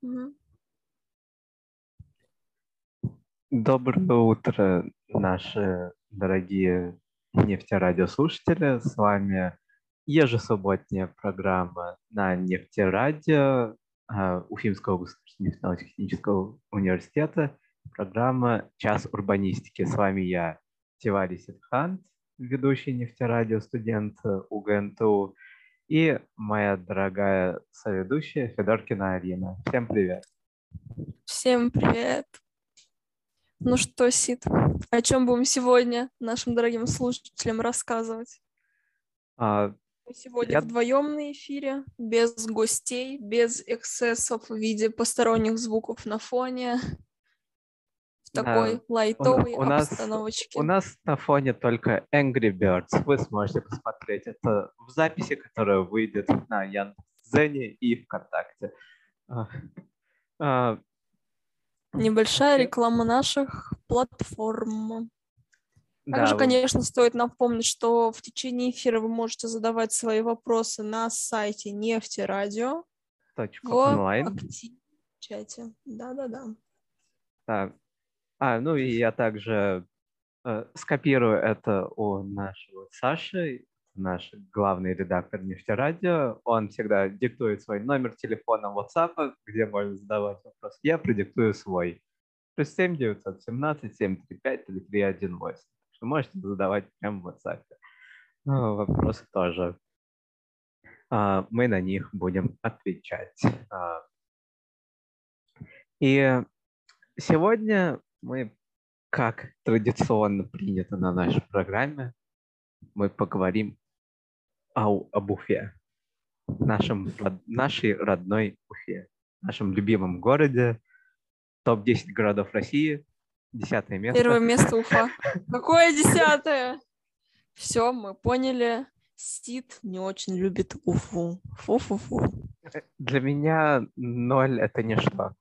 Мгм. Доброе утро, наши дорогие нефтерадиослушатели. С вами ежесубботняя программа на нефтерадио Уфимского государственного нефтяно-технического университета. Программа «Час урбанистики». С вами я, Тивари Сидхант, ведущий нефтерадио, студент УГНТУ, и моя дорогая соведущая Федоркина Арина. Всем привет. Всем привет. Ну что, Сид, о чем будем сегодня нашим дорогим слушателям рассказывать? А, Мы сегодня Я вдвоем на эфире, без гостей, без эксцессов в виде посторонних звуков на фоне, в Да, такой лайтовой у обстановочке. нас на фоне только Angry Birds. Вы сможете посмотреть это в записи, которая выйдет на Яндекс.Дзене и ВКонтакте. А, а, Небольшая вообще, реклама наших платформ. Также, да, конечно, стоит напомнить, что в течение эфира вы можете задавать свои вопросы на сайте Нефтерадио в .онлайн. активном чате. Да-да-да. Да. Ну и я также скопирую это у нашего Саши, наш главный редактор Нефтерадио. Он всегда диктует свой номер телефона WhatsApp, где можно задавать вопрос. Я продиктую свой. +7 917 735 3318. Что можете задавать прямо в WhatsApp. Вопросы тоже. Мы на них будем отвечать. И сегодня мы, как традиционно принято на нашей программе, мы поговорим об Уфе, нашей родной Уфе, нашем любимом городе, топ-10 городов России, 10 место. Первое место Уфа. Какое 10-е? Все, мы поняли. Сид не очень любит Уфу. Фу-фу-фу. Для меня 0 — это ничто.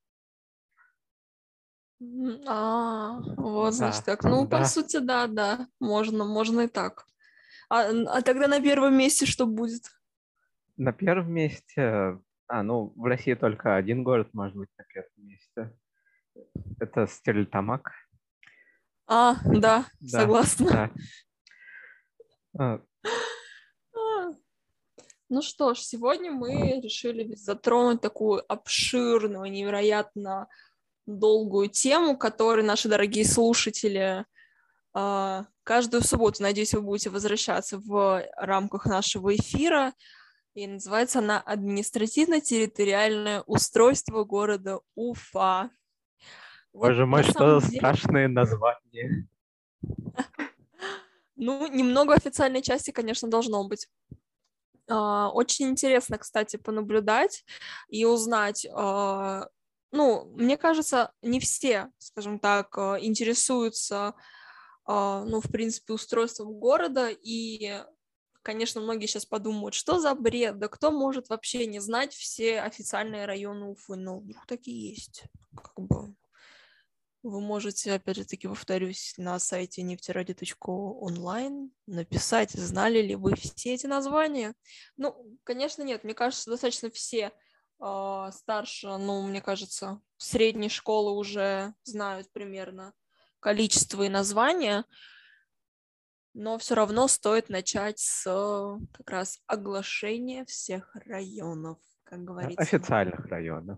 Вот значит Да, как. Ну, по да. сути, да. Можно и так. А тогда на первом месте что будет? На первом месте, в России только один город может быть на первом месте. Это Стерлитамак. Да, Да, согласна. да. А, А, Ну что ж, сегодня мы решили затронуть такую обширную, невероятно долгую тему, которой наши дорогие слушатели каждую субботу, надеюсь, вы будете возвращаться в рамках нашего эфира. И называется она «Административно-территориальное устройство города Уфа». Вот Боже мой, на что самом за деле, страшные названия. немного официальной части, конечно, должно быть. Очень интересно, кстати, понаблюдать и узнать. Мне кажется, не все, скажем так, интересуются, в принципе, устройством города. И, конечно, многие сейчас подумают, что за бред, да кто может вообще не знать все официальные районы Уфы? Но вдруг такие есть. Как бы вы можете, опять же таки, повторюсь, на сайте нефтеради.онлайн написать, знали ли вы все эти названия. Ну, конечно, нет. Мне кажется, достаточно все старше, мне кажется, средней школы уже знают примерно количество и названия, но все равно стоит начать с как раз оглашения всех районов, как говорится. Официальных районов.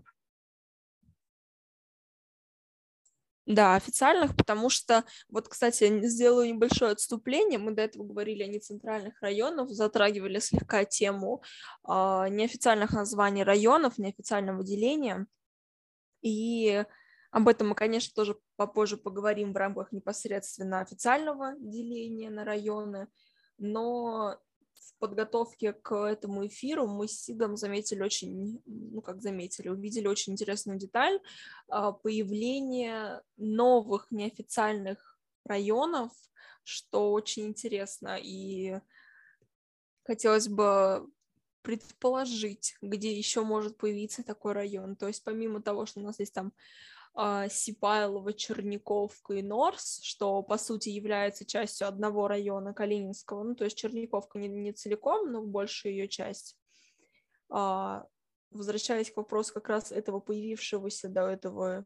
Да, официальных, потому что, вот, кстати, сделаю небольшое отступление. Мы до этого говорили о нецентральных районах, затрагивали слегка тему неофициальных названий районов, неофициального деления. И об этом мы, конечно, тоже попозже поговорим в рамках непосредственно официального деления на районы. Но в подготовке к этому эфиру мы с Сидом увидели очень интересную деталь появления новых неофициальных районов, что очень интересно, и хотелось бы предположить, где еще может появиться такой район. То есть помимо того, что у нас есть там Сипайлово, Черниковка и Норс, что по сути является частью одного района Калининского, то есть Черниковка не целиком, но большая ее часть. В возвращаясь к вопросу как раз этого появившегося до этого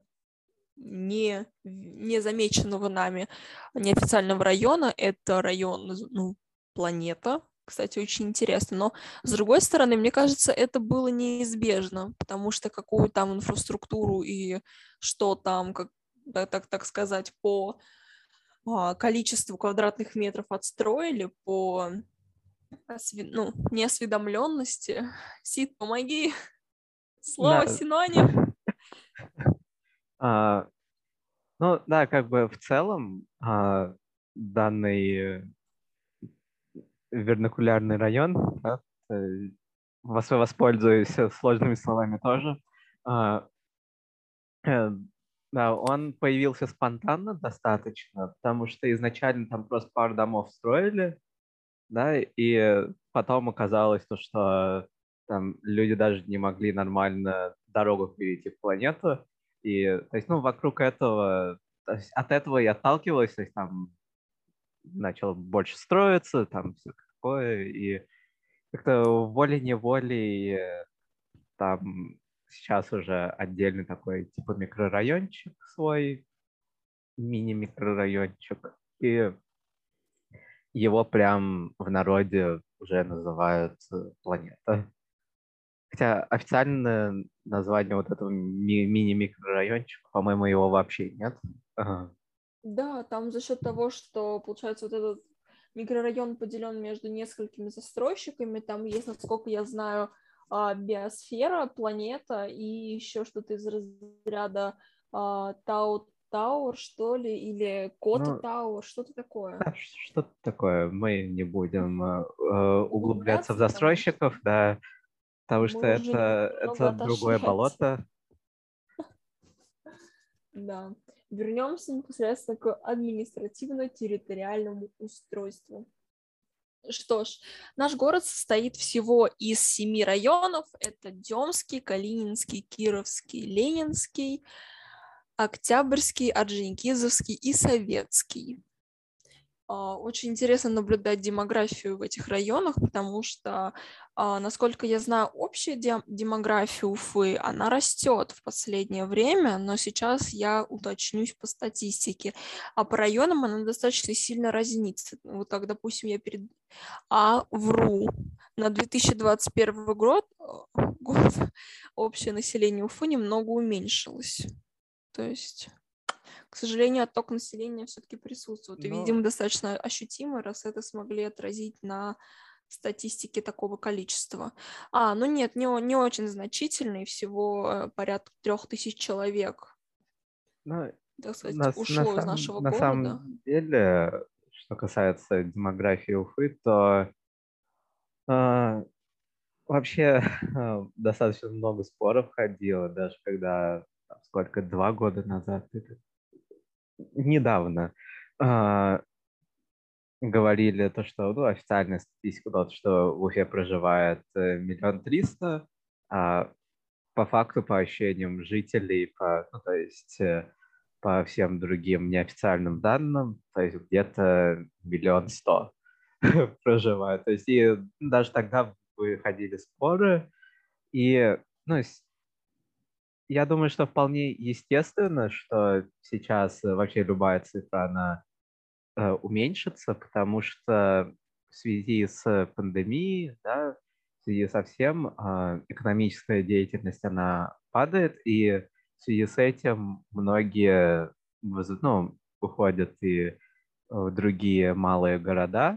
не замеченного нами неофициального района, это район, ну, Планета. Кстати, очень интересно. Но, с другой стороны, мне кажется, это было неизбежно, потому что какую там инфраструктуру и что там, как, так сказать, по количеству квадратных метров отстроили, по неосведомленности. Сид, помоги. Слово Да. синоним. А, ну, да, как бы в целом данный вернакулярный район, да, воспользуюсь сложными словами тоже, а, э, да, он появился спонтанно достаточно, потому что изначально там просто пару домов строили, да, и потом оказалось то, что там люди даже не могли нормально дорогу перейти в планету, и, то есть, ну, вокруг этого, то есть от этого и отталкивалось, то есть там начал больше строиться, там все такое, и как-то волей-неволей там сейчас уже отдельный такой типа микрорайончик свой, мини-микрорайончик, и его прям в народе уже называют планета. Хотя официальное название вот этого мини-микрорайончика, по-моему, его вообще нет. Ага. Да, там за счет того, что, получается, вот этот микрорайон поделен между несколькими застройщиками, там есть, насколько я знаю, биосфера, планета и еще что-то из разряда Тау Тауэр, что ли, или Кота Ну, Тауэр, что-то такое. да, что-то такое. Мы не будем углубляться в Углубляться, потому что застройщиков, да, потому что мы уже немного это отошли другое от темы. болото. Да. Вернемся непосредственно к административно-территориальному устройству. Что ж, наш город состоит всего из 7 районов. Это Демский, Калининский, Кировский, Ленинский, Октябрьский, Орджоникидзевский и Советский. Очень интересно наблюдать демографию в этих районах, потому что, насколько я знаю, общая демография Уфы, она растет в последнее время, но сейчас я уточнюсь по статистике. А по районам она достаточно сильно разнится. Вот как, допустим, вру. На 2021 год общее население Уфы немного уменьшилось. То есть, к сожалению, отток населения все-таки присутствует. И, Ну, видимо, достаточно ощутимо, раз это смогли отразить на статистике такого количества. Ну нет, не очень значительный, всего порядка 3000 человек, ну, так сказать, ушло из нашего на города. самом деле, что касается демографии Уфы, то а, вообще достаточно много споров ходило, даже когда, сколько, 2 года назад, недавно, а, говорили то, что, ну, официальная статистика была, что в Уфе проживает 1 300 000, а по факту, по ощущениям жителей, ну, то есть по всем другим неофициальным данным, то есть где-то 1 100 000 проживает. То есть и даже тогда выходили споры, и ну, я думаю, что вполне естественно, что сейчас вообще любая цифра, она уменьшится, потому что в связи с пандемией, да, в связи со всем, экономическая деятельность, она падает, и в связи с этим многие ну, уходят и в другие малые города,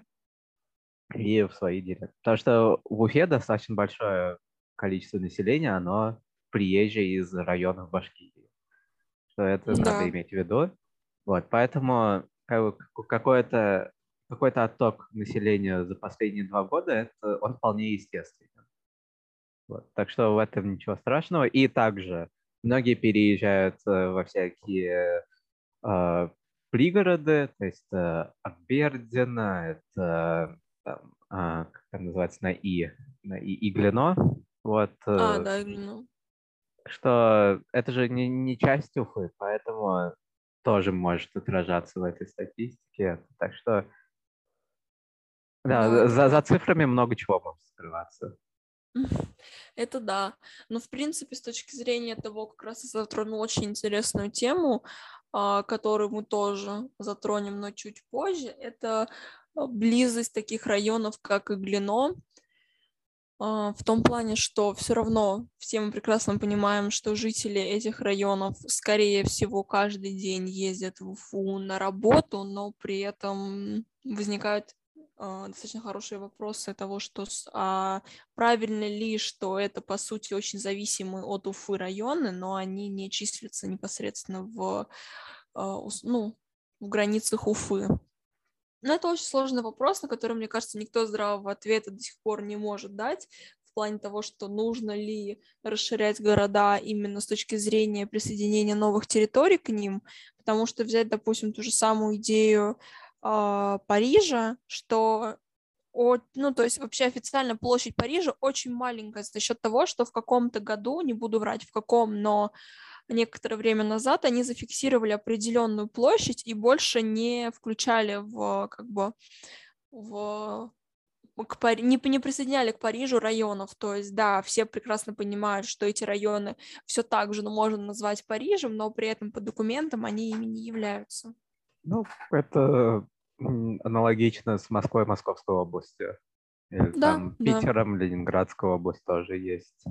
и в свои деревни. Потому что в Уфе достаточно большое количество населения, оно приезжие из районов Башкирии. Что это надо Да, иметь в виду. Вот, поэтому как бы какой-то отток населения за последние 2 года, он вполне естественен. Вот, так что в этом ничего страшного. И также многие переезжают во всякие э, пригороды, то есть Акбердина, это там, как это называется, на И, Иглино. Вот, да, ну, что это же не часть Уфы, поэтому тоже может отражаться в этой статистике. Так что, да, да, это за правда. цифрами много чего может скрываться. Это да. Но, в принципе, с точки зрения того, как раз я затронул очень интересную тему, которую мы тоже затронем, но чуть позже, это близость таких районов, как Иглино, в том плане, что все равно все мы прекрасно понимаем, что жители этих районов, скорее всего, каждый день ездят в Уфу на работу, но при этом возникают достаточно хорошие вопросы того, что правильно ли, что это, по сути, очень зависимые от Уфы районы, но они не числятся непосредственно ну, в границах Уфы. Но это очень сложный вопрос, на который, мне кажется, никто здравого ответа до сих пор не может дать, в плане того, что нужно ли расширять города именно с точки зрения присоединения новых территорий к ним, потому что взять, допустим, ту же самую идею Парижа, что ну, то есть вообще официально площадь Парижа очень маленькая за счет того, что в каком-то году, не буду врать в каком, но некоторое время назад они зафиксировали определенную площадь и больше не включали как бы не присоединяли к Парижу районов. То есть, да, все прекрасно понимают, что эти районы все так же можно назвать Парижем, но при этом по документам они ими не являются. Ну, это аналогично с Москвой, Московской областью. Или Да, там да. Питером, Ленинградская область тоже есть.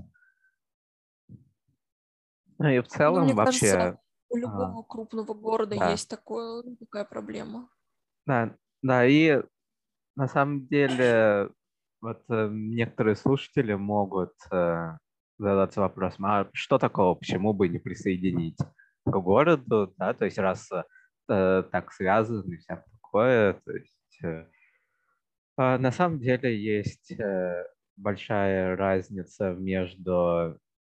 Ну и в Ну, целом мне кажется, вообще, у любого крупного города да, есть такая проблема. да, да, и на самом деле вот некоторые слушатели могут задаться вопросом, а что такого, почему бы не присоединить к городу, да, то есть раз так связаны и всякое такое, то есть на самом деле есть большая разница между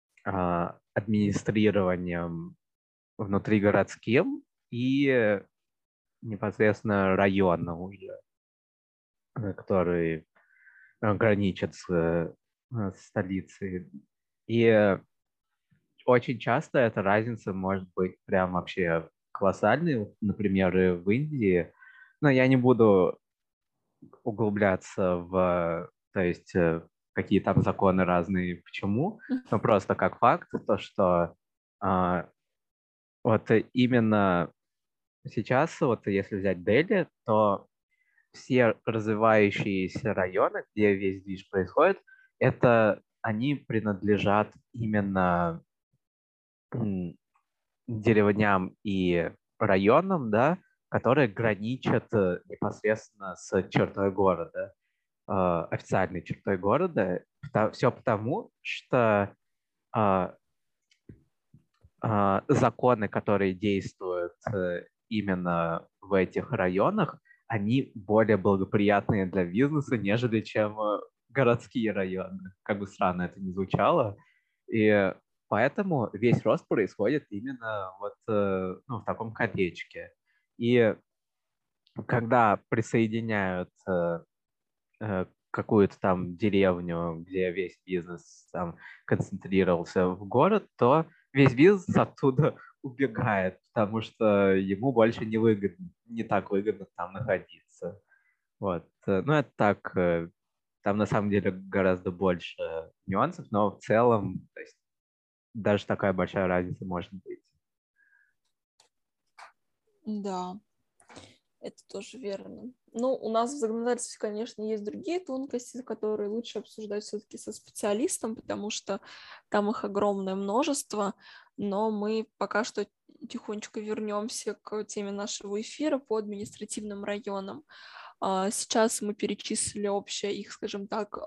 администрированием внутригородским и непосредственно районным уже, который граничит с столицей. И очень часто эта разница может быть прям вообще колоссальной. Например, и в Индии. Но я не буду углубляться то есть, какие там законы разные, почему, но просто как факт, то, что вот именно сейчас, вот если взять Дели, то все развивающиеся районы, где весь движ происходит, это они принадлежат именно деревням и районам, да, которые граничат непосредственно с чертой города, официальной чертой города. Все потому, что законы, которые действуют именно в этих районах, они более благоприятные для бизнеса, нежели чем городские районы. Как бы странно это ни звучало. И поэтому весь рост происходит именно вот ну, в таком колечке. И когда присоединяют какую-то там деревню, где весь бизнес там концентрировался в город, то весь бизнес оттуда убегает, потому что ему больше не так выгодно там находиться. Вот. Ну, это так, там на самом деле гораздо больше нюансов, но в целом, то есть, даже такая большая разница может быть. Да, это тоже верно. Ну, у нас в законодательстве, конечно, есть другие тонкости, которые лучше обсуждать все-таки со специалистом, потому что там их огромное множество, но мы пока что тихонечко вернемся к теме нашего эфира по административным районам. Сейчас мы перечислили общее их, скажем так,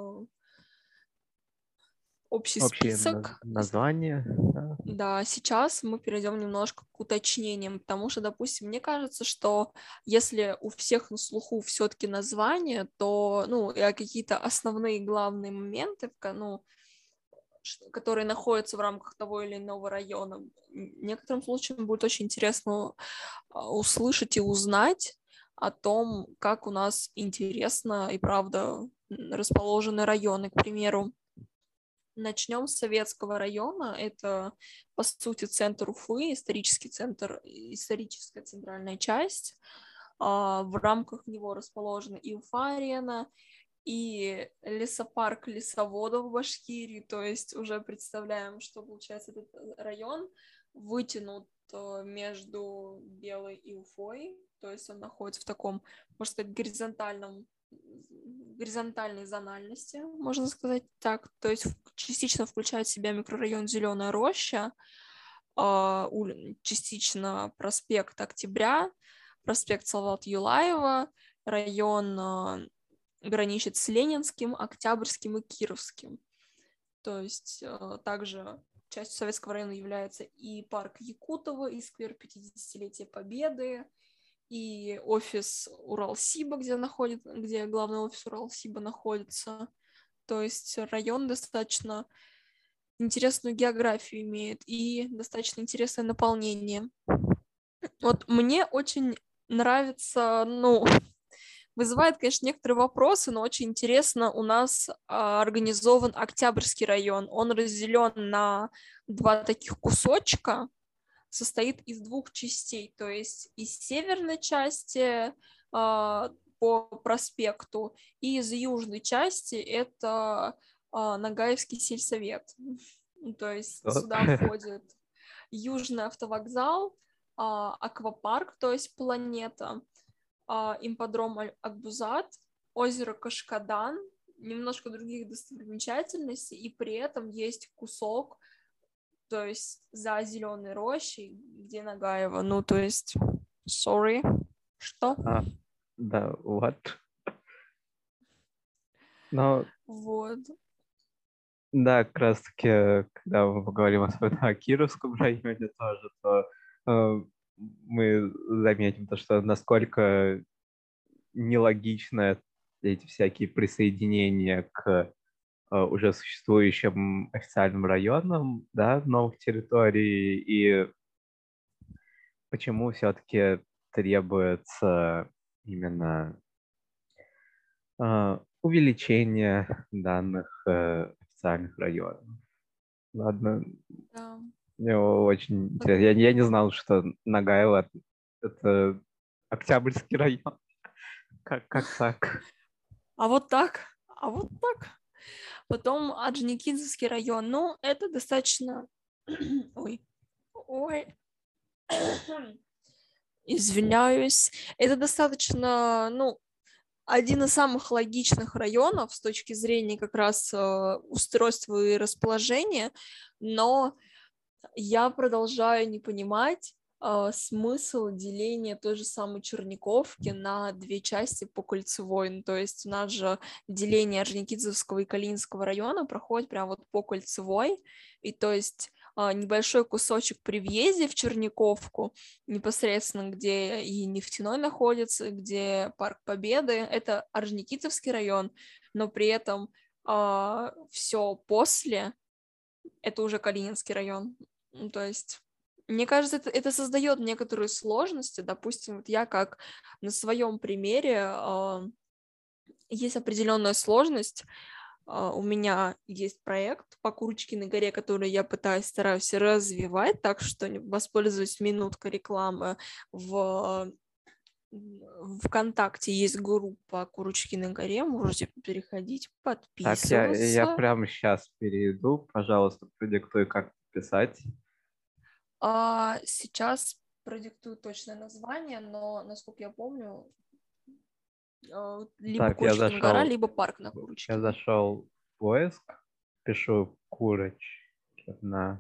общий Общее список. название. Да. Да, сейчас мы перейдем немножко к уточнениям, потому что, допустим, мне кажется, что если у всех на слуху все-таки название, то, ну, и какие-то основные главные моменты, ну, которые находятся в рамках того или иного района, некоторым случаям будет очень интересно услышать и узнать о том, как у нас интересно и правда расположены районы, к примеру. Начнем с Советского района. Это, по сути, центр Уфы, исторический центр, историческая центральная часть. В рамках него расположена и Уфа-арена, и лесопарк лесоводов в Башкирии, то есть уже представляем, что получается этот район вытянут между Белой и Уфой, то есть он находится в таком, можно сказать, горизонтальной зональности, можно сказать так, то есть частично включает в себя микрорайон Зеленая Роща, частично проспект Октября, проспект Салавата Юлаева, район граничит с Ленинским, Октябрьским и Кировским. То есть также частью Советского района является и парк Якутова, и сквер 50-летия Победы, и офис Уралсиба, где главный офис Уралсиба находится. То есть район достаточно интересную географию имеет и достаточно интересное наполнение. Вот мне очень нравится, вызывает, конечно, некоторые вопросы, но очень интересно у нас организован Октябрьский район. Он разделен на два таких кусочка, состоит из двух частей, то есть из северной части по проспекту и из южной части это Нагаевский сельсовет. То есть сюда входит Южный автовокзал, аквапарк, то есть Планета, ипподром Акбузат, озеро Кашкадан, немножко других достопримечательностей, и при этом есть кусок, то есть за Зеленой рощей, где Нагаева. То есть, sorry, что? Да, вот. Но... Вот. Да, как раз-таки, когда мы поговорим о Кировском районе тоже, то мы заметим то, что насколько нелогично эти всякие присоединения к уже существующим официальным районам, да, новых территорий, и почему все-таки требуется именно увеличение данных официальных районов. Ладно. Да. Мне очень интересно. Я не знал, что Нагаево — это Октябрьский район. Как так? А вот так. Потом Орджоникидзевский район. Это достаточно... Ой. Извиняюсь. Это достаточно, один из самых логичных районов с точки зрения как раз устройства и расположения, но я продолжаю не понимать смысл деления той же самой Черниковки на две части по кольцевой. То есть у нас же деление Орджоникидзевского и Калининского района проходит прямо вот по кольцевой, и то есть небольшой кусочек при въезде в Черниковку, непосредственно где и Нефтяной находится, где Парк Победы, это Орджоникидзевский район, но при этом все после это уже Калининский район. То есть, мне кажется, это создает некоторые сложности. Допустим, вот я как на своем примере есть определенная сложность. У меня есть проект по Курочкиной горе, который я стараюсь развивать, так что воспользуюсь минуткой рекламы в ВКонтакте есть группа Курочкиной горе, можете переходить, Так, я подписываться. прямо сейчас перейду. Пожалуйста, продиктуй, как писать. Сейчас продиктую точное название, но, насколько я помню, либо Так, я Курочкина гора, зашел, либо парк на я Курочкиной. зашел в поиск, пишу Курочкина.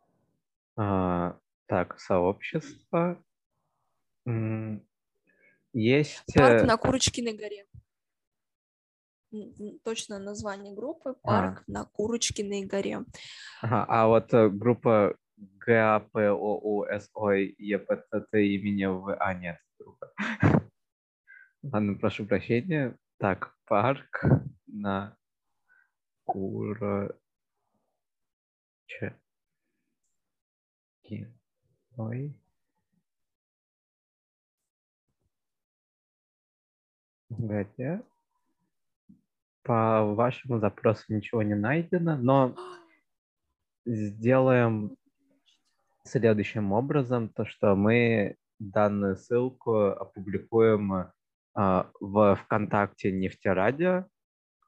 Так, сообщество. Есть... Парк на Курочкиной горе. Точное название группы — парк на Курочкиной горе. А вот группа ГАПОУСО имени В... нет, группа. Ладно, прошу прощения. Так, парк на Курочкиной горе. По вашему запросу ничего не найдено, но сделаем следующим образом, то что мы данную ссылку опубликуем в ВКонтакте Нефтерадио,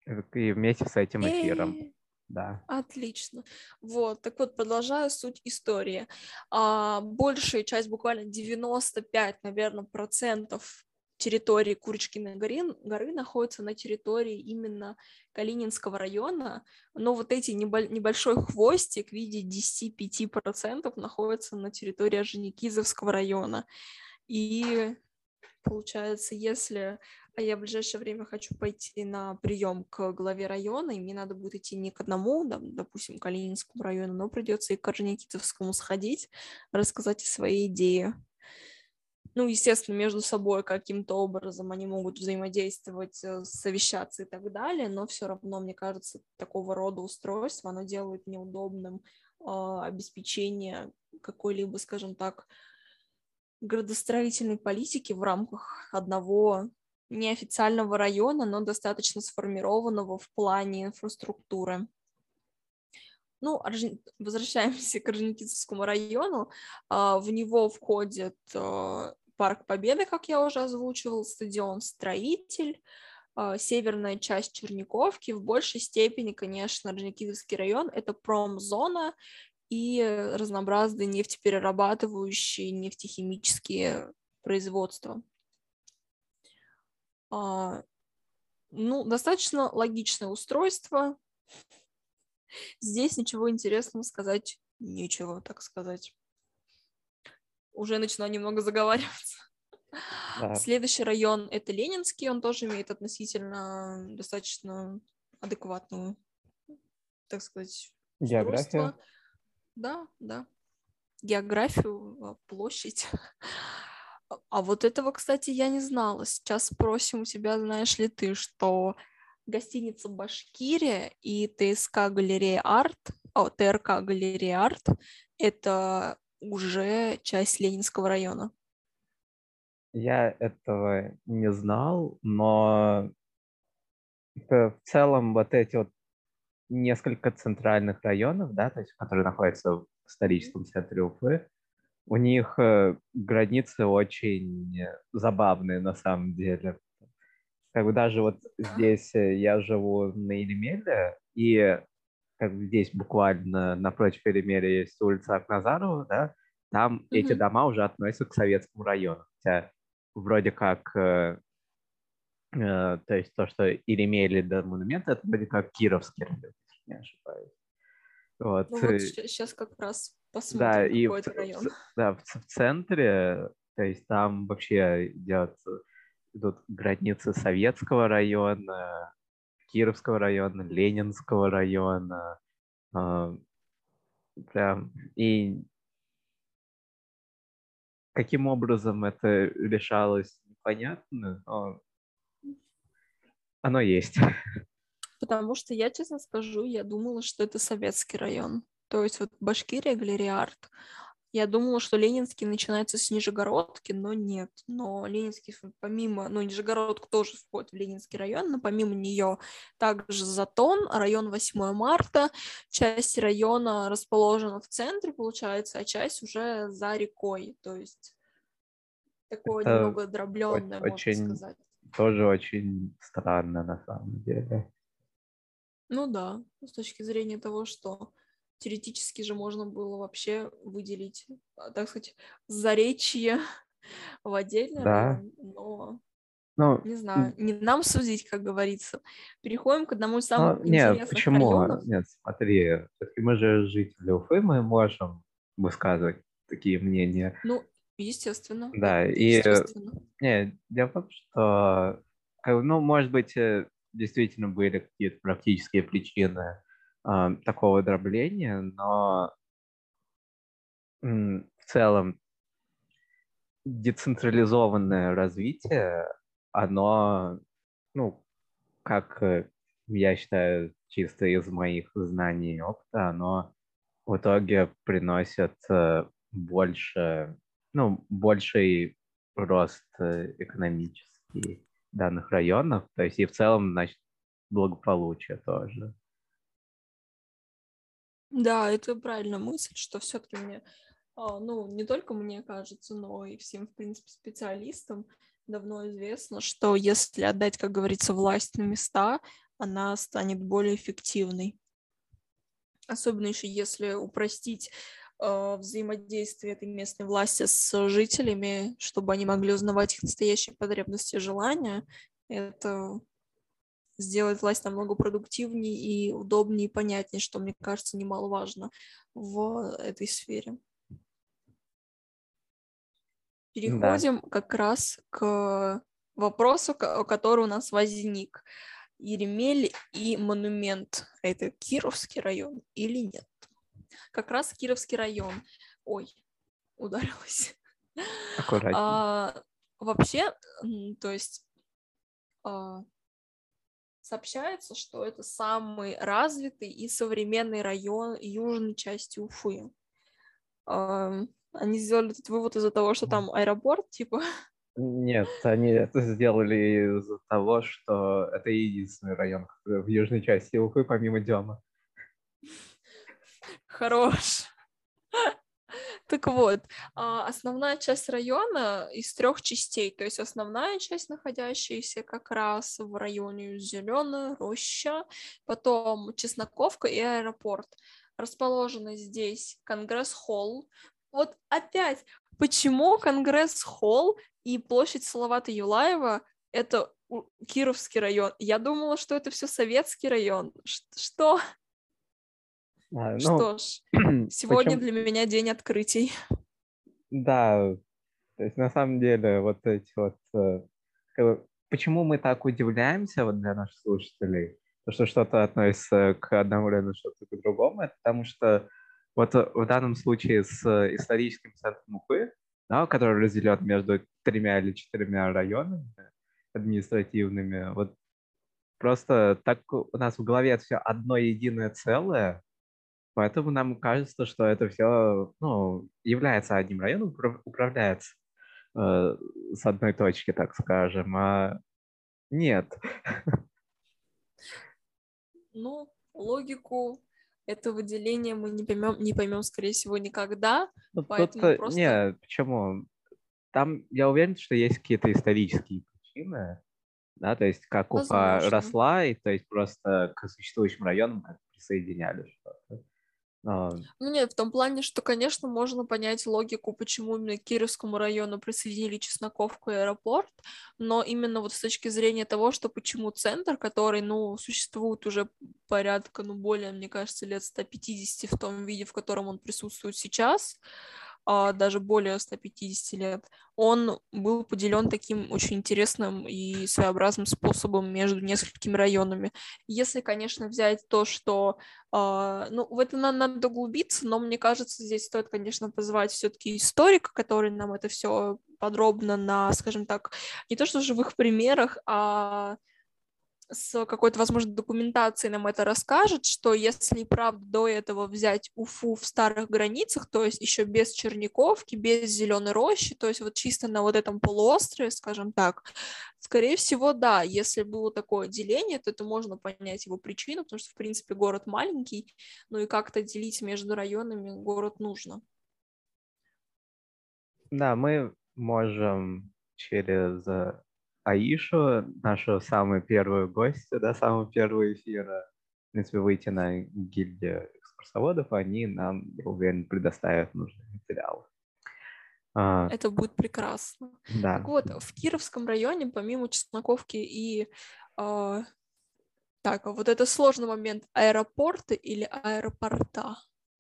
И вместе с этим эфиром. Э, Да. Отлично. Вот, так вот, продолжаю суть истории. Большая часть, буквально 95, наверное, процентов территории Курочкиной горы находится на территории именно Калининского района, но вот эти небольшой хвостик в виде 10-5% находится на территории Орджоникидзевского района. И получается, если я в ближайшее время хочу пойти на прием к главе района, и мне надо будет идти не к одному, допустим, к Калининскому району, но придется и к Орджоникидзевскому сходить, рассказать о своей идее. Ну, естественно, между собой каким-то образом они могут взаимодействовать, совещаться и так далее, но все равно, мне кажется, такого рода устройство, оно делает неудобным обеспечение какой-либо, скажем так, градостроительной политики в рамках одного неофициального района, но достаточно сформированного в плане инфраструктуры. Ну, возвращаемся к Орджоникидзевскому району. В него входит Парк Победы, как я уже озвучивал, стадион Строитель, северная часть Черниковки. В большей степени, конечно, Орджоникидзевский район — это промзона и разнообразные нефтеперерабатывающие, нефтехимические производства. Ну, достаточно логичное устройство. Здесь ничего интересного сказать нечего, так сказать. Уже начинаю немного заговариваться. Да. Следующий район — это Ленинский, он тоже имеет относительно достаточно адекватную, так сказать, География. устройство. Да. Географию, площадь. А вот этого, кстати, я не знала. Сейчас спросим у тебя, знаешь ли ты, что гостиница «Башкирия» и ТРК «Галерея Арт» — это уже часть Ленинского района. Я этого не знал, но в целом вот эти вот несколько центральных районов, да, то есть, которые находятся в историческом центре Уфы, у них границы очень забавные на самом деле. Как бы даже вот здесь я живу на Еремеле, и как бы здесь буквально напротив Еремеля есть улица Акназарова, да, там эти дома уже относятся к советскому району. Хотя вроде как, то есть то, что Еремели до монумента, это вроде как Кировский район, если не ошибаюсь. Вот. Ну вот сейчас как раз Да, посмотрим, и какой это район. в центре, то есть там вообще идут границы Советского района, Кировского района, Ленинского района. Прям. И каким образом это решалось, непонятно, но оно есть. Потому что я, честно скажу, я думала, что это советский район. То есть вот Башкирия, Галерея Арт. Я думала, что Ленинский начинается с Нижегородки, но нет. Но Ленинский помимо, Нижегородка тоже входит в Ленинский район, но помимо нее также Затон, район 8 марта. Часть района расположена в центре, получается, а часть уже за рекой. То есть такое Это немного дробленное, можно очень, сказать. тоже очень странно на самом деле. Ну да, с точки зрения того, что теоретически же можно было вообще выделить, так сказать, Заречье в отдельный Да, район, но ну, не знаю, не нам судить, как говорится. Переходим к одному из самых нет, интересных почему? районов. Нет, смотри, все-таки мы же жители Уфы, мы можем высказывать такие мнения. Ну, естественно, это Да, и естественно. не, дело в том, что, может быть, действительно были какие-то практические причины такого дробления, но в целом децентрализованное развитие, оно, ну, как я считаю, чисто из моих знаний и опыта, оно в итоге приносит больше, больший рост экономический данных районов, то есть и в целом, значит, благополучие тоже. Да, это правильная мысль, что все-таки не только мне кажется, но и всем, в принципе, специалистам давно известно, что если отдать, как говорится, власть на места, она станет более эффективной. Особенно еще если упростить взаимодействие этой местной власти с жителями, чтобы они могли узнавать их настоящие потребности и желания. Это сделает власть намного продуктивнее и удобнее и понятнее, что, мне кажется, немаловажно в этой сфере. Да. Переходим как раз к вопросу, который у нас возник. Еремель и монумент. Это Кировский район или нет? Как раз Кировский район. Ой, ударилась. Аккуратнее. Вообще, то есть сообщается, что это самый развитый и современный район южной части Уфы. Они сделали этот вывод из-за того, что там аэропорт, типа. Нет, они это сделали из-за того, что это единственный район в южной части Уфы, помимо Дема. Хорош. Так вот, основная часть района из 3 частей, то есть основная часть, находящаяся как раз в районе Зеленая Роща, потом Чесноковка и аэропорт. Расположены здесь Конгресс-холл. Вот опять, почему Конгресс-холл и площадь Салавата Юлаева — это Кировский район? Я думала, что это все советский район. Что? Что ж, сегодня для меня день открытий. Да, то есть на самом деле вот эти вот... Почему мы так удивляемся вот для наших слушателей, что что-то относится к одному району, что-то к другому, это потому что вот в данном случае с историческим центром Уфы, да, который разделен между 3 или 4 районами административными, вот просто так у нас в голове это все одно единое целое, поэтому нам кажется, что это все, ну, является одним районом, управляется с одной точки, так скажем, а нет. Ну, логику этого деления мы не поймем, скорее всего, никогда, Ну, поэтому тут, просто... нет, почему? Там, я уверен, что есть какие-то исторические причины, да, то есть как Уфа Возможно. росла, и то есть просто к существующим районам как присоединяли что-то. Но, Ну нет, в том плане, что, конечно, можно понять логику, почему именно к Кировскому району присоединили Чесноковку и аэропорт, но именно вот с точки зрения того, что почему центр, который, ну, существует уже порядка, ну, более, мне кажется, лет 150 в том виде, в котором он присутствует сейчас, даже более 150 лет, он был поделен таким очень интересным и своеобразным способом между несколькими районами. Если, конечно, взять то, что ну, в это надо углубиться, но мне кажется, здесь стоит, конечно, позвать все-таки историка, который нам это все подробно на, скажем так, не то что живых примерах, а с какой-то, возможно, документацией нам это расскажет, что если и правда до этого взять Уфу в старых границах, то есть еще без Черниковки, без Зеленой Рощи, то есть вот чисто на вот этом полуострове, скажем так, скорее всего, да, если было такое деление, то это можно понять его причину, потому что, в принципе, город маленький, ну и как-то делить между районами город нужно. да, мы можем через Аишу, нашу самую первую гостью, да, самого первого эфира, в принципе, выйти на гильдию экскурсоводов, они нам, я уверен, предоставят нужные материалы. Это будет прекрасно. Да. Так вот, в Кировском районе, помимо Чесноковки и так, а вот это сложный момент. Аэропорты или аэропорта?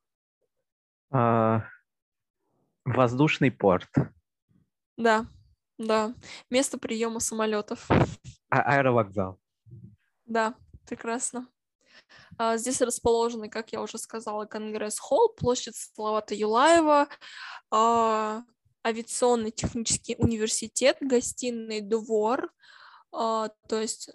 Воздушный порт. Да, да. Место приема самолетов. Аэровокзал. Да, прекрасно. Здесь расположены, как я уже сказала, Конгресс-холл, площадь Салавата Юлаева, авиационный технический университет, гостиный двор. То есть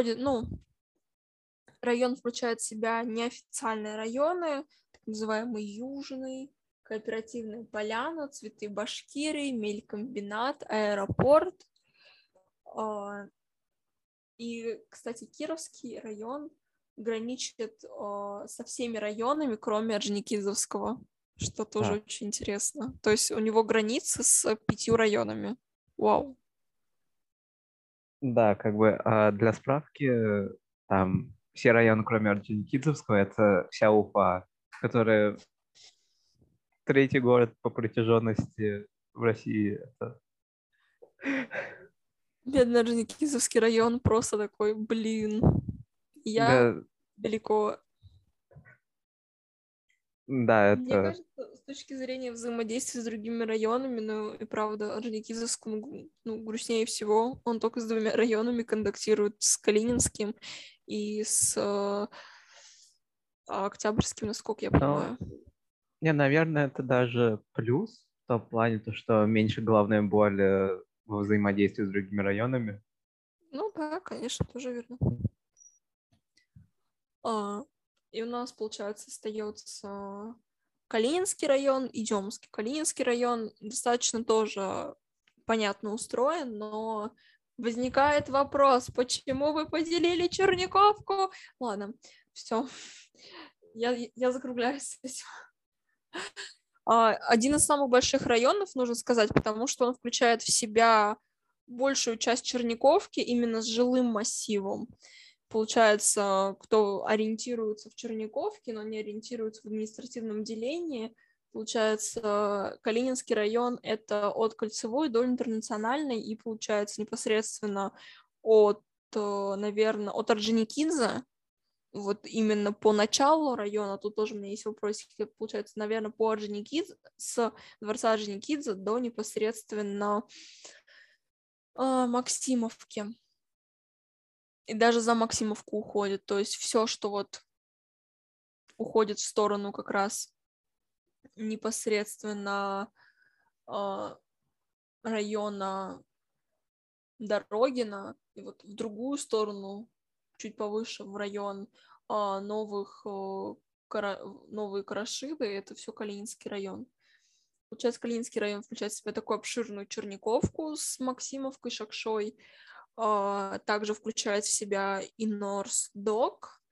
район включает в себя неофициальные районы, так называемый Южный, Кооперативная поляна, Цветы Башкирии, Мелькомбинат, аэропорт. И, кстати, Кировский район граничит со всеми районами, кроме Орджоникидзевского, что тоже очень интересно. То есть у него границы с 5 районами. Вау. Да, как бы для справки, Там все районы, кроме Орджоникидзевского, это вся Уфа, которая третий город по протяженности в России. Бедный Орджоникидзевский район просто такой, блин, я Да, далеко. да, Мне это... кажется, с точки зрения взаимодействия с другими районами, ну и правда, Орджоникидзевскому грустнее всего. Он только с двумя районами контактирует, с Калининским и с Октябрьским, насколько я Ну, понимаю. не, наверное, это даже плюс в том плане, то, что меньше головной боли во взаимодействии с другими районами. Ну да, конечно, тоже верно. И у нас, получается, остается Калининский район и Демский. Калининский район достаточно тоже понятно устроен, но возникает вопрос, почему вы поделили Черниковку? Ладно, все, я закругляюсь с этим. Один из самых больших районов, нужно сказать, потому что он включает в себя большую часть Черниковки именно с жилым массивом. Получается, кто ориентируется в Черниковке, но не ориентируется в административном делении, получается, Калининский район — это от Кольцевой до Интернациональной, и получается непосредственно от, наверное, от Орджоникидзе, вот именно по началу района, тут тоже у меня есть вопросики, получается, наверное, по Орджоникидзе, с дворца Орджоникидзе до непосредственно Максимовки. И даже за Максимовку уходит. То есть все, что вот уходит в сторону как раз непосредственно района Дорогина, и вот в другую сторону, чуть повыше, в район новые Карашиды, это все Калининский район. Получается, Калининский район включает в себя такую обширную Черниковку с Максимовкой, Шакшой, также включает в себя и Норсдок,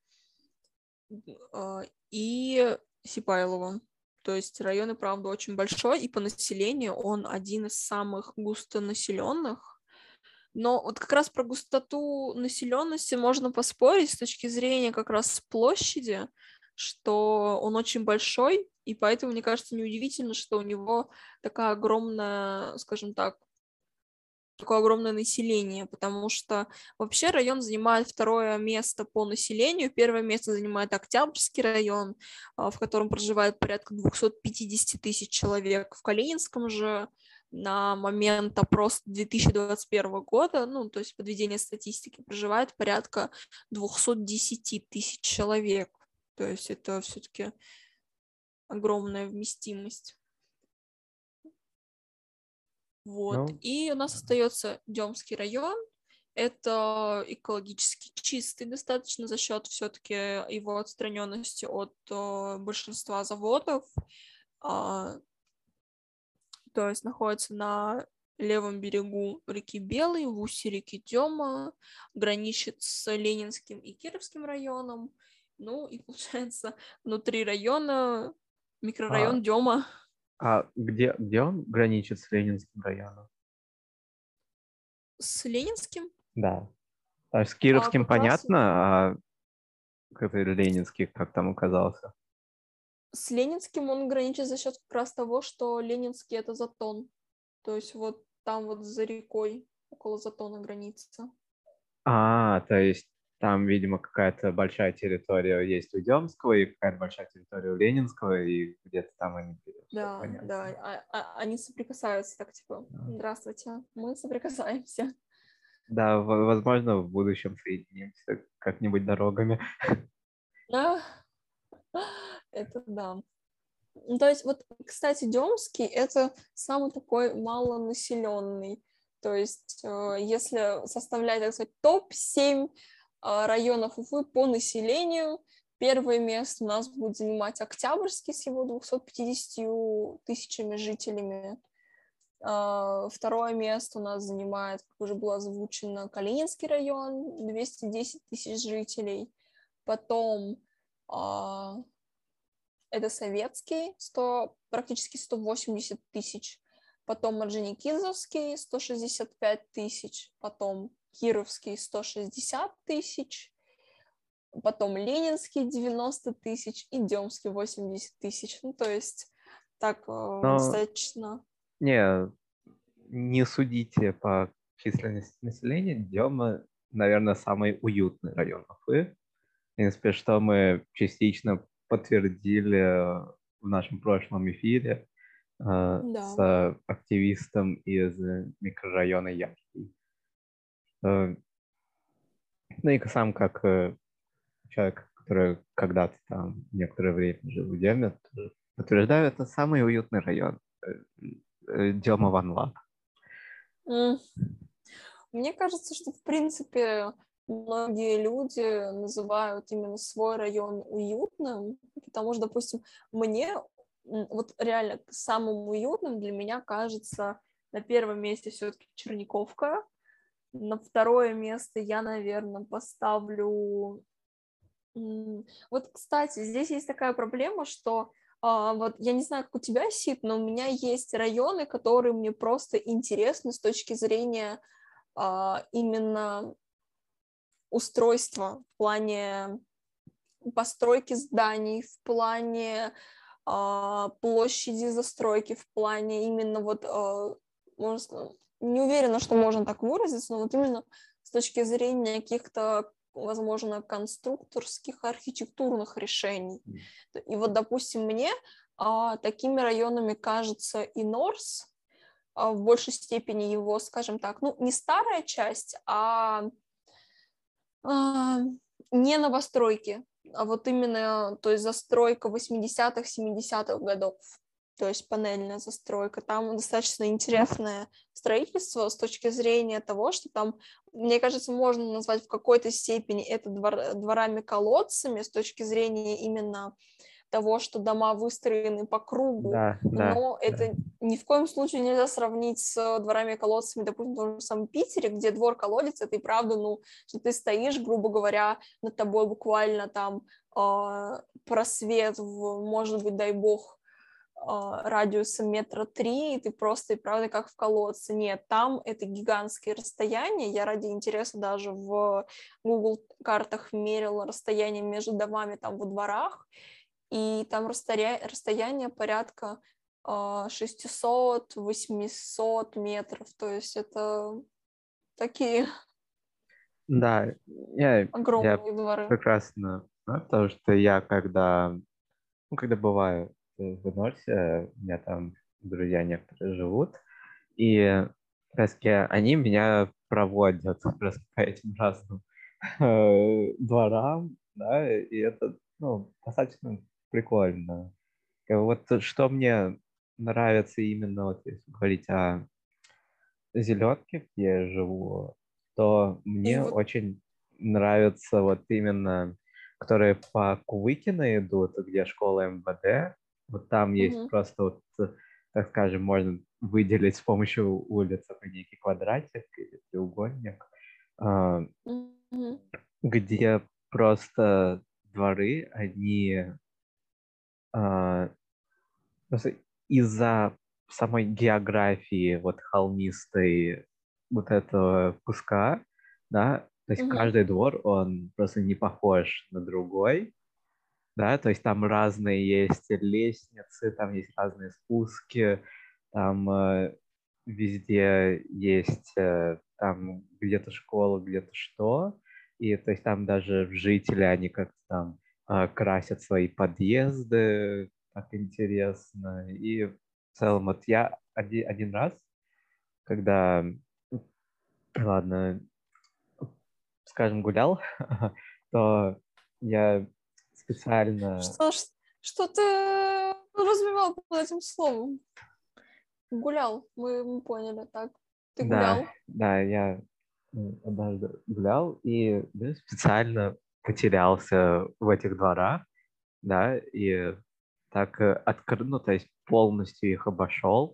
и Сипайлово. То есть район и правда очень большой, и по населению он один из самых густонаселенных. Но вот как раз про густоту населенности можно поспорить с точки зрения как раз площади, что он очень большой, и поэтому, мне кажется, неудивительно, что у него такая огромная, скажем так, такое огромное население, потому что вообще район занимает второе место по населению. Первое место занимает Октябрьский район, в котором проживает порядка 250 тысяч человек. В Калининском же на момент опроса 2021 года, ну, то есть подведения статистики, проживает порядка 210 тысяч человек. То есть это все-таки огромная вместимость. Вот. Ну, И у нас остается Демский район. Это экологически чистый достаточно за счет все-таки его отстраненности от большинства заводов. То есть находится на левом берегу реки Белой, в устье реки Дема, граничит с Ленинским и Кировским районом. Ну и получается внутри района а, микрорайон Дема. где он граничит с Ленинским районом? С Ленинским Да. А с Кировским как раз понятно, а как Ленинский как там оказался? с Ленинским он граничит за счет как раз того, что Ленинский — это Затон. То есть вот там вот за рекой, около Затона граница. То есть там, видимо, какая-то большая территория есть у Демского и какая-то большая территория у Ленинского, и где-то там они все Да, понятно. да, они соприкасаются так, типа, Да, здравствуйте, мы соприкасаемся. Да, возможно, в будущем соединимся как-нибудь дорогами. Да, это да. Ну, то есть вот, кстати, Демский — это самый такой малонаселенный. То есть если составлять, так сказать, топ-7 районов Уфы по населению, первое место у нас будет занимать Октябрьский с его 250 тысячами жителями. Второе место у нас занимает, как уже было озвучено, Калининский район, 210 тысяч жителей. Потом это Советский, практически 180 тысяч. Потом Орджоникидзевский, 165 тысяч. Потом Кировский, 160 тысяч. потом Ленинский 90 тысяч и Демский 80 тысяч. Ну, то есть так Но достаточно... не судите по численности населения. Дема, наверное, самый уютный район Уфы. В принципе, что мы частично подтвердили в нашем прошлом эфире Да. с активистом из микрорайона Яхий. Ну и сам как человек, который когда-то там некоторое время жил в Деме, подтверждаю, это самый уютный район. Дема Ван Лаб. М. Мне кажется, что, в принципе, многие люди называют именно свой район уютным, потому что, допустим, мне вот реально самым уютным для меня кажется на первом месте все-таки Черниковка, на второе место я, наверное, поставлю... Вот, кстати, здесь есть такая проблема, что вот я не знаю, как у тебя, Сид, но у меня есть районы, которые мне просто интересны с точки зрения именно устройства, в плане постройки зданий, в плане площади застройки, в плане именно вот, можно сказать, не уверена, что можно так выразиться, но вот именно с точки зрения каких-то, возможно, конструкторских, архитектурных решений. И вот, допустим, мне такими районами кажется и Норс, в большей степени его, скажем так, ну, не старая часть, не новостройки, а вот именно, то есть застройка 80-х, 70-х годов, то есть панельная застройка. Там достаточно интересное строительство с точки зрения того, что там, мне кажется, можно назвать в какой-то степени это дворами-колодцами с точки зрения именно того, что дома выстроены по кругу, Да, да, но да. это ни в коем случае нельзя сравнить с дворами и колодцами, допустим, в том же самом Питере, где двор-колодец, это и правда, ну, что ты стоишь, грубо говоря, над тобой буквально там просвет в, может быть, дай бог, радиусом метра 3, и ты просто и правда как в колодце. Нет, там это гигантские расстояния. Я ради интереса даже в Google картах мерила расстояние между домами там во дворах, и там расстояние порядка 600-800 метров, то есть это такие Да, я огромные дворы. прекрасно знаю, потому что я когда бываю в Норсе, у меня там друзья некоторые живут, и как раз таки они меня проводят просто по этим разным дворам, да, и это, ну, достаточно прикольно. Вот что мне нравится именно, вот если говорить о Зеленке, где я живу, то И мне вот очень нравятся вот именно, которые по Кувыкино идут, где школа МВД. Вот там есть мгм, просто вот, так скажем, можно выделить с помощью улицы некий квадратик или треугольник, а, мгм, где просто дворы, они а, просто из-за самой географии вот холмистой вот этого куска, да, то есть мгм, каждый двор, он просто не похож на другой, да, то есть там разные есть лестницы, там есть разные спуски, там везде есть там где-то школа, где-то что, и то есть там даже жители, они как-то там красят свои подъезды, так интересно, и в целом вот я один раз, когда, ладно, скажем, гулял, то я специально... Что, что ты развивал под этим словом? Гулял, мы поняли, так. Ты Да, гулял. да, я однажды гулял и да, специально потерялся в этих дворах, да, и так ну, то есть полностью их обошел,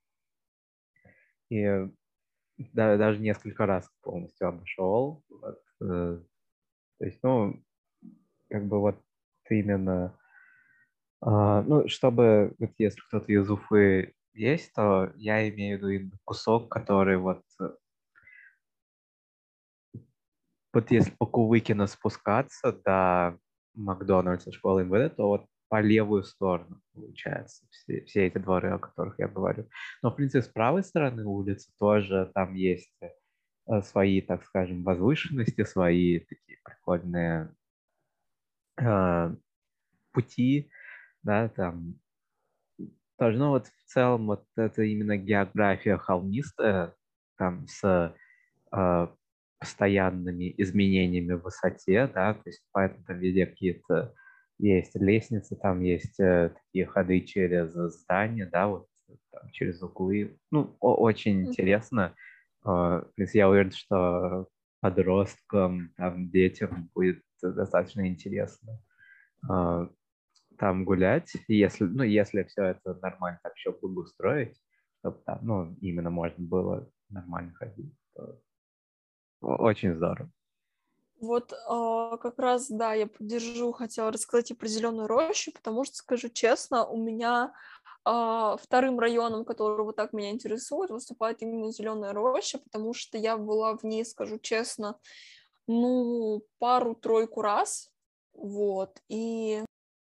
и даже несколько раз полностью обошел. Вот, то есть, ну, как бы вот именно, ну, чтобы, вот если кто-то из Уфы есть, то я имею в виду именно кусок, который вот вот если по Кувыкину спускаться до Макдональдса, школы МВД, то вот по левую сторону, получается, все эти дворы, о которых я говорю. Но, в принципе, с правой стороны улицы тоже там есть свои, так скажем, возвышенности, свои такие прикольные э, пути, да, там тоже, ну вот в целом вот это именно география холмистая, там с постоянными изменениями в высоте, да, то есть поэтому там везде какие-то есть лестницы, там есть такие ходы через здания, да, вот там, через углы. Ну, очень интересно. В принципе, я уверен, что подросткам, там, детям будет достаточно интересно там гулять, если, ну, если все это нормально так еще устроить, чтобы там, ну, именно можно было нормально ходить, то очень здорово. Вот как раз, да, я поддержу, хотела рассказать и про Зеленую рощу, потому что, скажу честно, у меня вторым районом, который вот так меня интересует, выступает именно Зеленая роща, потому что я была в ней, скажу честно, ну, пару-тройку раз, вот, и,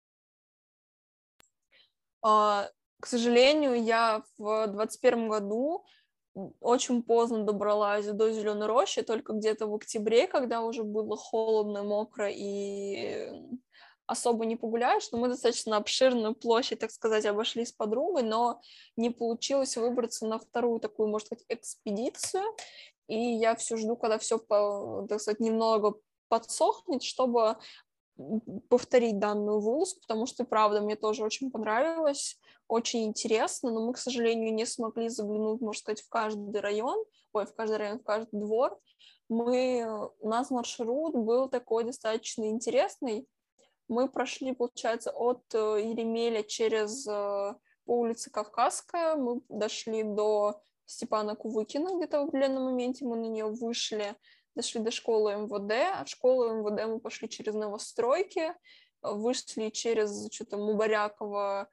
к сожалению, я в 21 году очень поздно добралась до Зеленой рощи, только где-то в октябре, когда уже было холодно, мокро и особо не погуляешь, но мы достаточно обширную площадь, так сказать, обошли с подругой, но не получилось выбраться на вторую такую, можно сказать, экспедицию, и я все жду, когда все, так сказать, немного подсохнет, чтобы повторить данную вылазку, потому что, правда, мне тоже очень понравилось, очень интересно, но мы, к сожалению, не смогли заглянуть, можно сказать, в каждый район, в каждый двор. У нас маршрут был такой достаточно интересный. Мы прошли, получается, от Еремеля через по улице Кавказская, мы дошли до Степана Кувыкина, где-то в определенном моменте мы на нее вышли, дошли до школы МВД, от школы МВД мы пошли через новостройки, вышли через что-то Мубарякова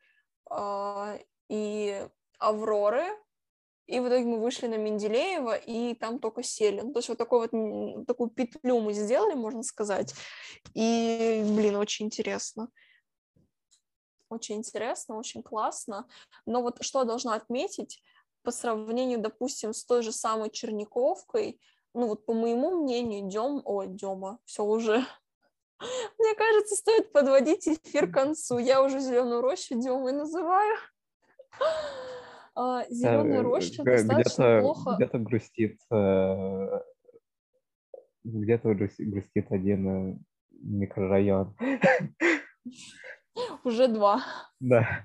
и Авроры, и в итоге мы вышли на Менделеева, и там только сели. Ну, то есть вот такую петлю мы сделали, можно сказать. И, блин, очень интересно. Очень интересно, очень классно. Но вот что я должна отметить, по сравнению, допустим, с той же самой Черниковкой, ну вот по моему мнению, Дема, все уже. Мне кажется, стоит подводить эфир к концу. Я уже Зеленую рощу Демой называю. Зеленая роща достаточно плохо. Где-то грустит, грустит один микрорайон. Уже два. Да.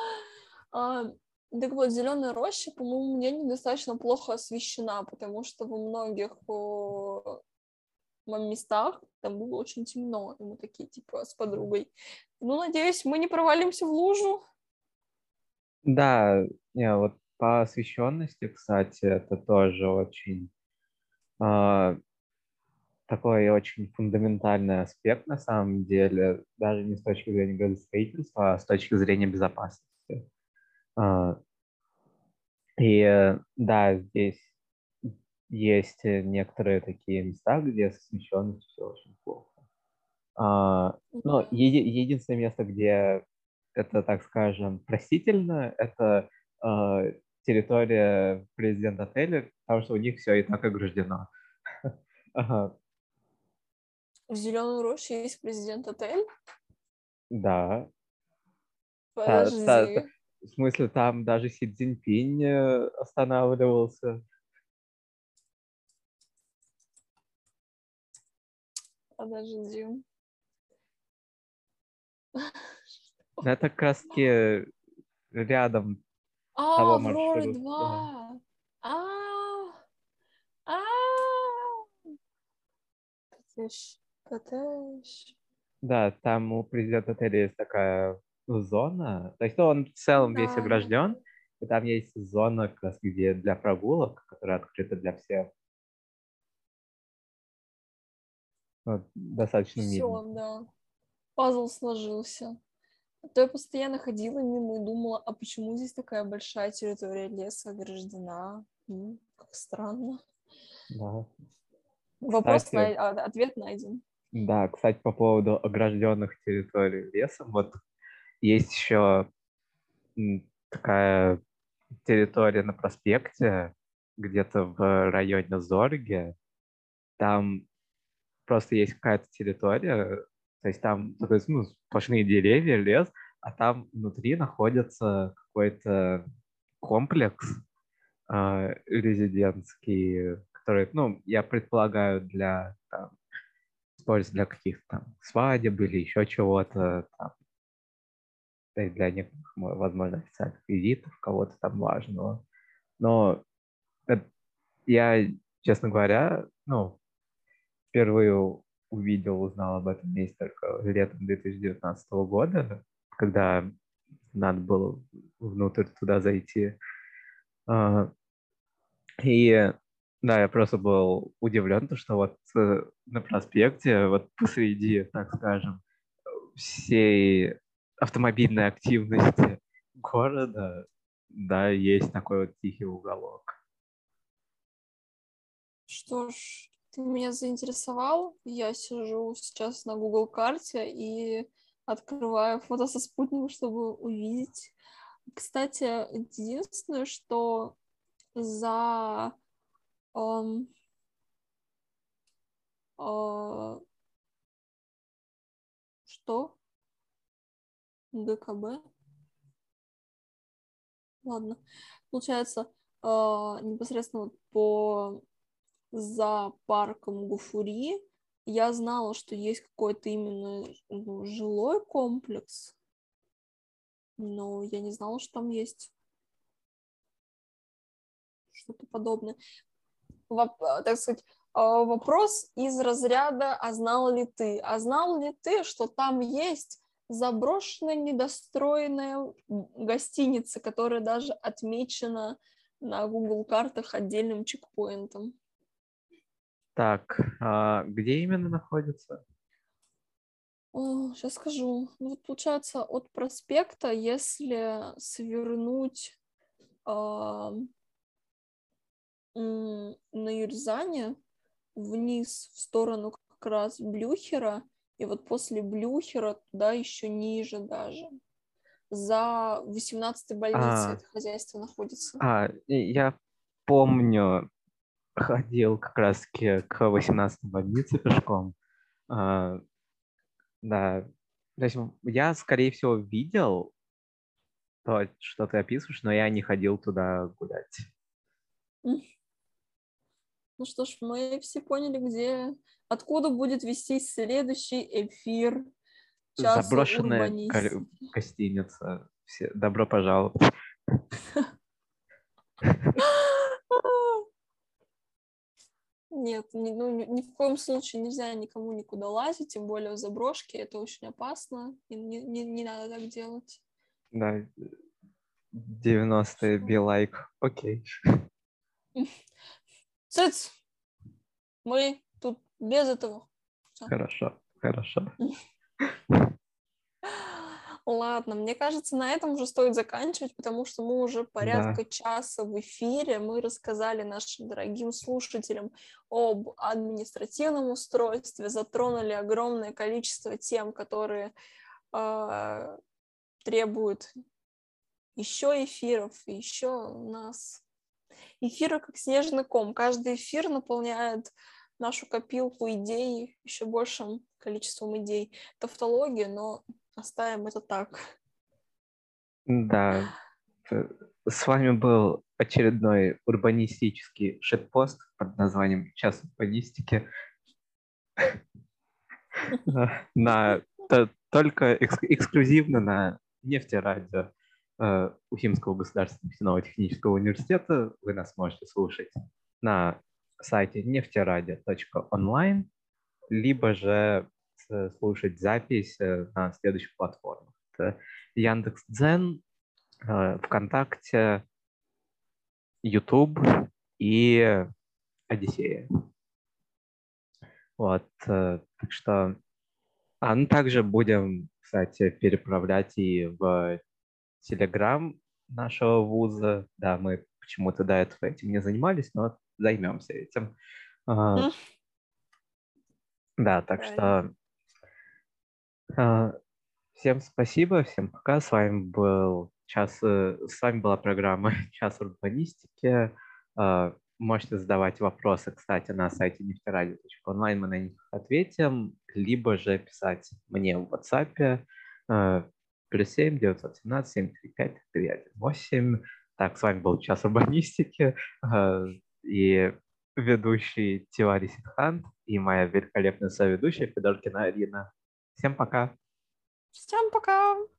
Так вот, Зеленая роща, по моему мнению, достаточно плохо освещена, потому что во многих местах там было очень темно, и мы такие, типа, с подругой. Ну, надеюсь, мы не провалимся в лужу. Да, не, вот по освещенности, кстати, это тоже очень такой очень фундаментальный аспект на самом деле, даже не с точки зрения градостроительства, а с точки зрения безопасности. А, да, здесь есть некоторые такие места, где с освещенностью все очень плохо. Но единственное место, где это, так скажем, простительно, это территория президент-отеля, потому что у них все и так ограждено. Ага, В Зеленой роще есть президент-отель. да. Подожди, В смысле, там даже Си Цзиньпинь останавливался. подожди. Это как раз таки рядом того Аврора маршрута. Да. 2. А, а, Потеш. Да, там у президента отеля есть такая зона. То есть он в целом весь Да. огражден, и там есть зона, как раз где для прогулок, которая открыта для всех. Вот, достаточно Все, миленько. да. Пазл сложился. А то я постоянно ходила мимо и думала, а почему здесь такая большая территория леса ограждена? Как странно. Да. Кстати, ответ найден. да, кстати, по поводу огражденных территорий лесом, вот есть еще такая территория на проспекте, где-то в районе Зорге. Там просто есть какая-то территория, то есть там такой, ну, сплошные деревья, лес, а там внутри находится какой-то комплекс резидентский, который, ну, я предполагаю, для там, используется для каких-то там свадеб или еще чего-то, там, да и для некоторых, возможно, официальных визитов, кого-то там важного. Но я, честно говоря, ну, впервые увидел, узнал об этом месте только летом 2019 года, когда надо было внутрь туда зайти. А, И да, я просто был удивлен, что вот на проспекте, вот посреди, так скажем, всей автомобильной активности города, да, есть такой вот тихий уголок. Что ж, ты меня заинтересовал. Я сижу сейчас на Google карте и открываю фото со спутника, чтобы увидеть. Кстати, единственное, что за эм, что? ГКБ? Ладно. Получается, непосредственно вот по за парком Гуфури я знала, что есть какой-то именно жилой комплекс, но я не знала, что там есть что-то подобное. Так сказать, вопрос из разряда «А знал ли ты?». А знал ли ты, что там есть заброшенная, недостроенная гостиница, которая даже отмечена на Google картах отдельным чекпоинтом? Так, где именно находится? Сейчас скажу. Ну, вот получается, от проспекта, если свернуть на Юрзане вниз в сторону как раз Блюхера, и вот после Блюхера туда еще ниже даже. За 18-й больницей А, это хозяйство находится. я помню, ходил как раз-таки к 18-й больнице пешком. А, да, то есть я, скорее всего, видел то, что ты описываешь, но я не ходил туда гулять. Ну что ж, мы все поняли, откуда будет вестись следующий эфир часа Заброшенная урбанистики. гостиница. Добро пожаловать. Нет, ни в коем случае нельзя никому никуда лазить, тем более в заброшке. Это очень опасно, и не надо так делать. Да, 90-е be like, окей. Цыц! Мы тут без этого. Всё. Хорошо, хорошо. Ладно, мне кажется, на этом уже стоит заканчивать, потому что мы уже Да, порядка часа в эфире. Мы рассказали нашим дорогим слушателям об административном устройстве, затронули огромное количество тем, которые требуют еще эфиров, и еще у нас эфиры как снежный ком. Каждый эфир наполняет нашу копилку идей еще большим количеством идей. Тавтология, но оставим это так. да. С вами был очередной урбанистический шитпост под названием «Час урбанистики». Только эксклюзивно на нефтерадио Уфимского государственного нефтяного технического университета вы нас можете слушать на сайте нефтерадио.онлайн, либо же слушать запись на следующих платформах. Это Яндекс.Дзен, ВКонтакте, YouTube и Одиссея. Вот, так что... ну также будем, кстати, переправлять и в Телеграм нашего вуза. Да, мы почему-то до этого этим не занимались, но займемся этим. А, Да, так Правильно. что всем спасибо, всем пока. С вами была программа «Час урбанистики». Можете задавать вопросы, кстати, на сайте нефтерадио.онлайн, мы на них ответим, либо же писать мне в WhatsApp +7 917 735 318. Так, с вами был «Час урбанистики» и ведущий Тилари Сидхант и моя великолепная соведущая Федоркина Арина. Всем пока! Всем пока!